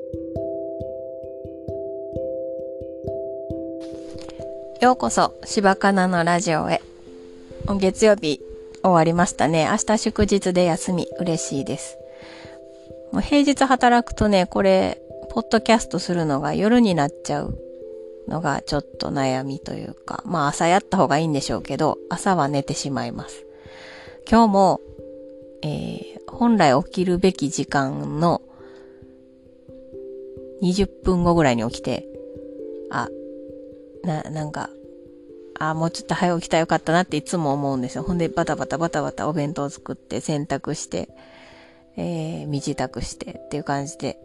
ようこそ柴かなのラジオへ。月曜日終わりましたね。明日祝日で休み、嬉しいです。もう平日働くとね、これポッドキャストするのが夜になっちゃうのがちょっと悩みというか、まあ朝やった方がいいんでしょうけど、朝は寝てしまいます。今日も、本来起きるべき時間の20分後ぐらいに起きて、もうちょっと早起きたらよかったなっていつも思うんですよ。ほんでバタバタお弁当作って洗濯して、身支度してっていう感じで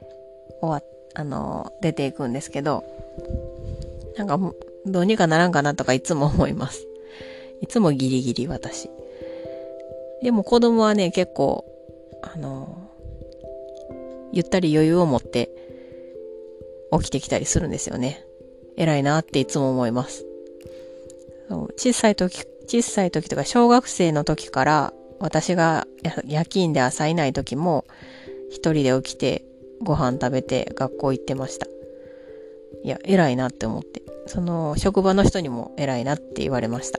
出ていくんですけど、なんかどうにかならんかなとかいつも思います。いつもギリギリ私。でも子供はね、結構ゆったり余裕を持って起きてきたりするんですよね。偉いなっていつも思います。小さい時とか小学生の時から私が夜勤で朝いない時も一人で起きてご飯食べて学校行ってました。いや、偉いなって思って、その職場の人にも偉いなって言われました。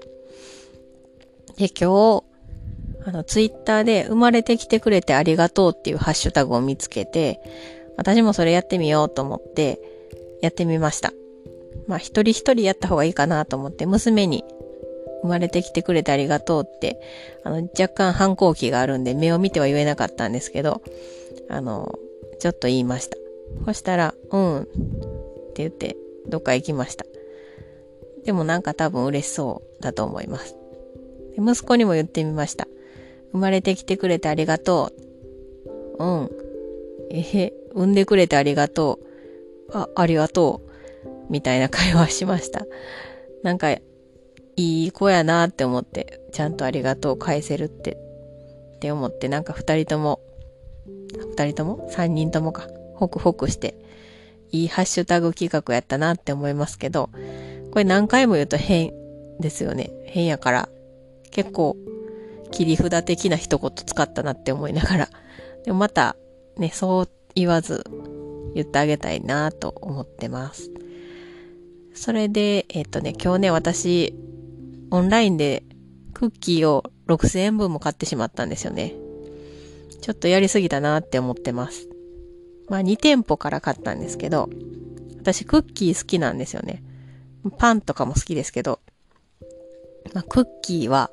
で、今日ツイッターで生まれてきてくれてありがとうっていうハッシュタグを見つけて、私もそれやってみようと思ってやってみました。まあ一人一人やった方がいいかなと思って娘に生まれてきてくれてありがとうって若干反抗期があるんで目を見ては言えなかったんですけどちょっと言いました。そしたらって言ってどっか行きました。でもなんか多分嬉しそうだと思います。で息子にも言ってみました。生まれてきてくれてありがとう。産んでくれてありがとう。ありがとう。みたいな会話しました。なんか、いい子やなって思って、ちゃんとありがとう返せるって思って、なんか3人とも ?3 人ともか、ホクホクして、いいハッシュタグ企画やったなって思いますけど、これ何回も言うと変ですよね。変やから、結構、切り札的な一言使ったなって思いながら、でもまた、ね、そう言わず、言ってあげたいなと思ってます。それで、今日ね、私、オンラインでクッキーを6000円分も買ってしまったんですよね。ちょっとやりすぎたなって思ってます。まあ2店舗から買ったんですけど、私クッキー好きなんですよね。パンとかも好きですけど、まあ、クッキーは、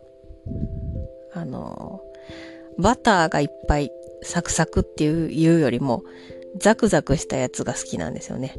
バターがいっぱいサクサクっていうよりも、ザクザクしたやつが好きなんですよね。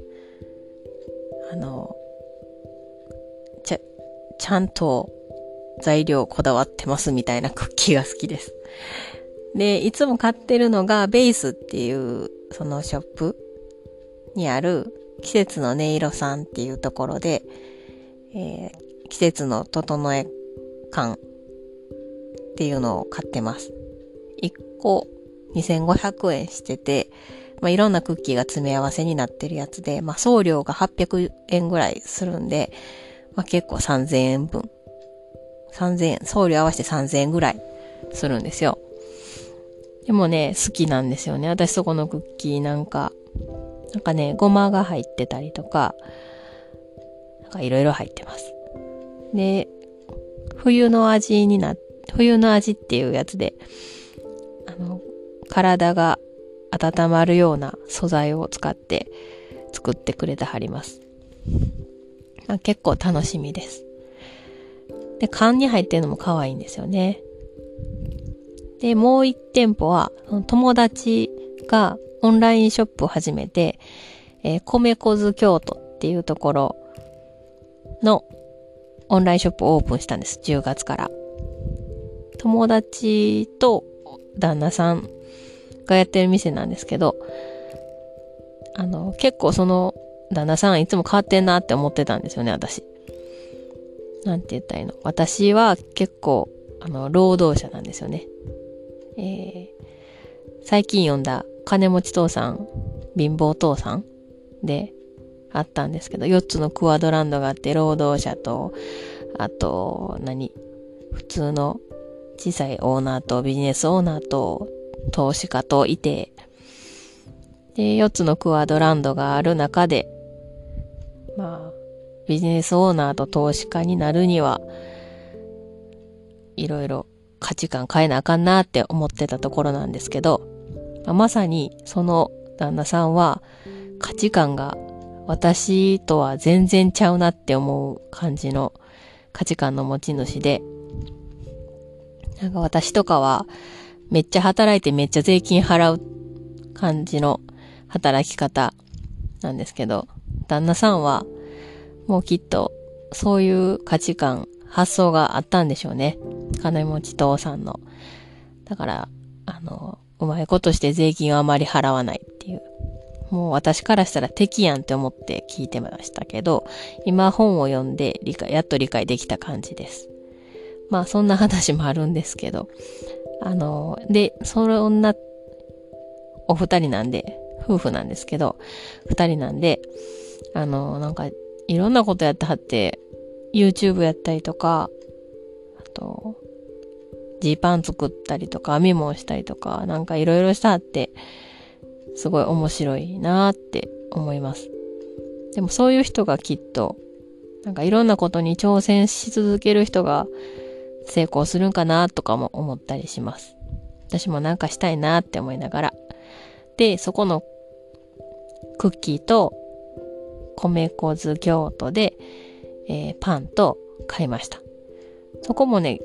ちゃんと材料こだわってますみたいなクッキーが好きです。で、いつも買ってるのがベースっていうそのショップにある季節の音色さんっていうところで、季節の整え感っていうのを買ってます。1個2500円してて、まあ、いろんなクッキーが詰め合わせになってるやつで、まあ、送料が800円ぐらいするんで、まあ、結構3000円分。3000円、送料合わせて3000円ぐらいするんですよ。でもね、好きなんですよね。私そこのクッキーなんかね、ごまが入ってたりとか、なんかいろいろ入ってます。で、冬の味っていうやつで、体が温まるような素材を使って作ってくれてはります。結構楽しみです。で、缶に入ってるのも可愛いんですよね。で、もう一店舗は、友達がオンラインショップを始めて、米こず京都っていうところのオンラインショップをオープンしたんです。10月から。友達と旦那さんがやってる店なんですけど、結構その旦那さんいつも変わってんなって思ってたんですよね、私。なんて言ったらいいの。私は結構、労働者なんですよね。最近読んだ金持ち父さん、貧乏父さんであったんですけど、4つのクワドランドがあって、労働者と、あと、普通の小さいオーナーとビジネスオーナーと投資家といて、 で、4つのクアードランドがある中で、まあ、ビジネスオーナーと投資家になるには、いろいろ価値観変えなあかんなって思ってたところなんですけど、まさにその旦那さんは価値観が私とは全然ちゃうなって思う感じの価値観の持ち主で、なんか私とかはめっちゃ働いてめっちゃ税金払う感じの働き方なんですけど、旦那さんはもうきっとそういう価値観、発想があったんでしょうね。金持ち父さんの。だから、うまいことして税金をあまり払わないっていう。もう私からしたら敵やんって思って聞いてましたけど、今本を読んでやっと理解できた感じです。まあそんな話もあるんですけど、で、そんなお二人なんで、夫婦なんですけど、二人なんで、なんかいろんなことやってはって、YouTube やったりとか、あと、ジーパン作ったりとか、編み物したりとか、なんかいろいろしたはって、すごい面白いなーって思います。でもそういう人がきっと、なんかいろんなことに挑戦し続ける人が成功するんかなとかも思ったりします。私もなんかしたいなって思いながら。で、そこのクッキーと米粉酢京都で、パンと買いました。そこもね、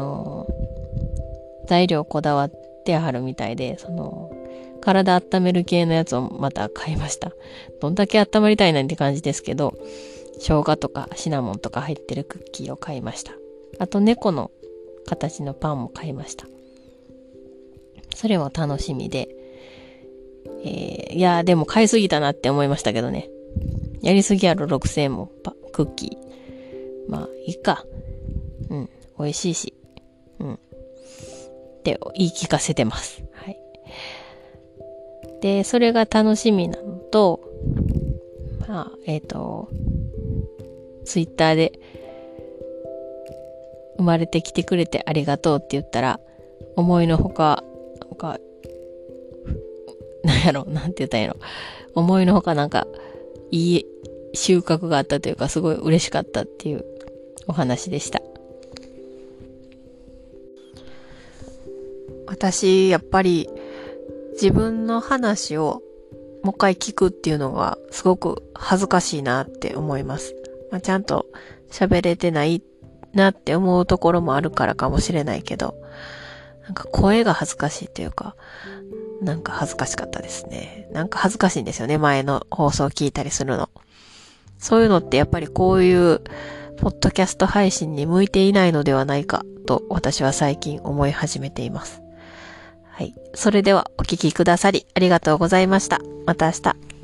材料こだわってはるみたいで、体温める系のやつをまた買いました。どんだけ温まりたいなんて感じですけど、生姜とかシナモンとか入ってるクッキーを買いました。あと猫の形のパンも買いました。それも楽しみで、いやでも買いすぎたなって思いましたけどね。やりすぎやろ6000円もクッキー。まあいいか。うん、美味しいし。うん。って言い聞かせてます。はい。で、それが楽しみなのと、まあ、ツイッターで生まれてきてくれてありがとうって言ったら、思いのほか、なんか、なんて言ったんやろ。思いのほかなんか、いい収穫があったというか、すごい嬉しかったっていうお話でした。私、やっぱり自分の話をもう一回聞くっていうのがすごく恥ずかしいなって思います。まあ、ちゃんと喋れてないなって思うところもあるからかもしれないけど、なんか声が恥ずかしいというか、なんか恥ずかしかったですね。なんか恥ずかしいんですよね、前の放送を聞いたりするの。そういうのってやっぱりこういうポッドキャスト配信に向いていないのではないかと私は最近思い始めています。はい。それではお聞きくださりありがとうございました。また明日。